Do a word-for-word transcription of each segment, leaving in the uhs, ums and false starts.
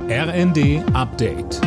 R N D Update.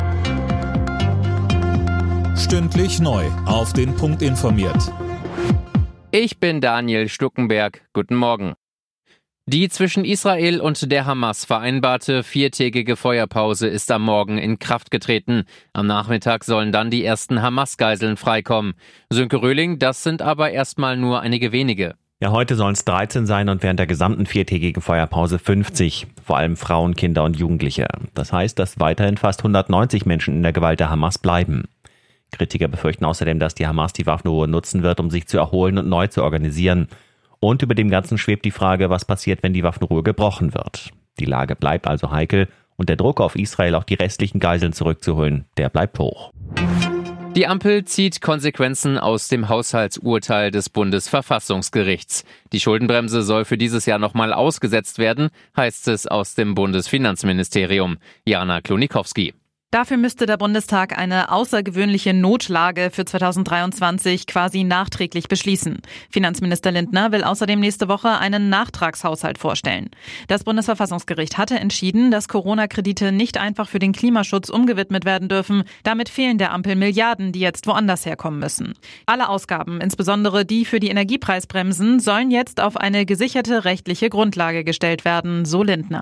Stündlich neu auf den Punkt informiert. Ich bin Daniel Stuckenberg. Guten Morgen. Die zwischen Israel und der Hamas vereinbarte viertägige Feuerpause ist am Morgen in Kraft getreten. Am Nachmittag sollen dann die ersten Hamas-Geiseln freikommen. Sönke Röhling, das sind aber erstmal nur einige wenige. Ja, heute sollen es dreizehn sein und während der gesamten viertägigen Feuerpause fünfzig. Vor allem Frauen, Kinder und Jugendliche. Das heißt, dass weiterhin fast hundertneunzig Menschen in der Gewalt der Hamas bleiben. Kritiker befürchten außerdem, dass die Hamas die Waffenruhe nutzen wird, um sich zu erholen und neu zu organisieren. Und über dem Ganzen schwebt die Frage, was passiert, wenn die Waffenruhe gebrochen wird. Die Lage bleibt also heikel und der Druck auf Israel, auch die restlichen Geiseln zurückzuholen, der bleibt hoch. Die Ampel zieht Konsequenzen aus dem Haushaltsurteil des Bundesverfassungsgerichts. Die Schuldenbremse soll für dieses Jahr nochmal ausgesetzt werden, heißt es aus dem Bundesfinanzministerium. Jana Klonikowski. Dafür müsste der Bundestag eine außergewöhnliche Notlage für zweitausenddreiundzwanzig quasi nachträglich beschließen. Finanzminister Lindner will außerdem nächste Woche einen Nachtragshaushalt vorstellen. Das Bundesverfassungsgericht hatte entschieden, dass Corona-Kredite nicht einfach für den Klimaschutz umgewidmet werden dürfen. Damit fehlen der Ampel Milliarden, die jetzt woanders herkommen müssen. Alle Ausgaben, insbesondere die für die Energiepreisbremsen, sollen jetzt auf eine gesicherte rechtliche Grundlage gestellt werden, so Lindner.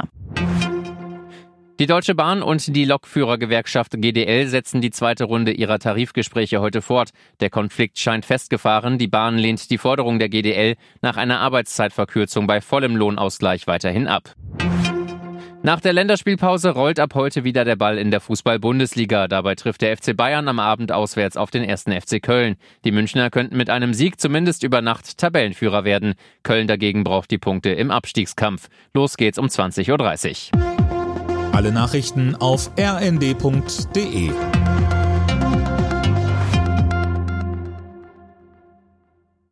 Die Deutsche Bahn und die Lokführergewerkschaft G D L setzen die zweite Runde ihrer Tarifgespräche heute fort. Der Konflikt scheint festgefahren. Die Bahn lehnt die Forderung der G D L nach einer Arbeitszeitverkürzung bei vollem Lohnausgleich weiterhin ab. Nach der Länderspielpause rollt ab heute wieder der Ball in der Fußball-Bundesliga. Dabei trifft der F C Bayern am Abend auswärts auf den ersten F C Köln. Die Münchner könnten mit einem Sieg zumindest über Nacht Tabellenführer werden. Köln dagegen braucht die Punkte im Abstiegskampf. Los geht's um zwanzig Uhr dreißig. Alle Nachrichten auf r n d punkt d e.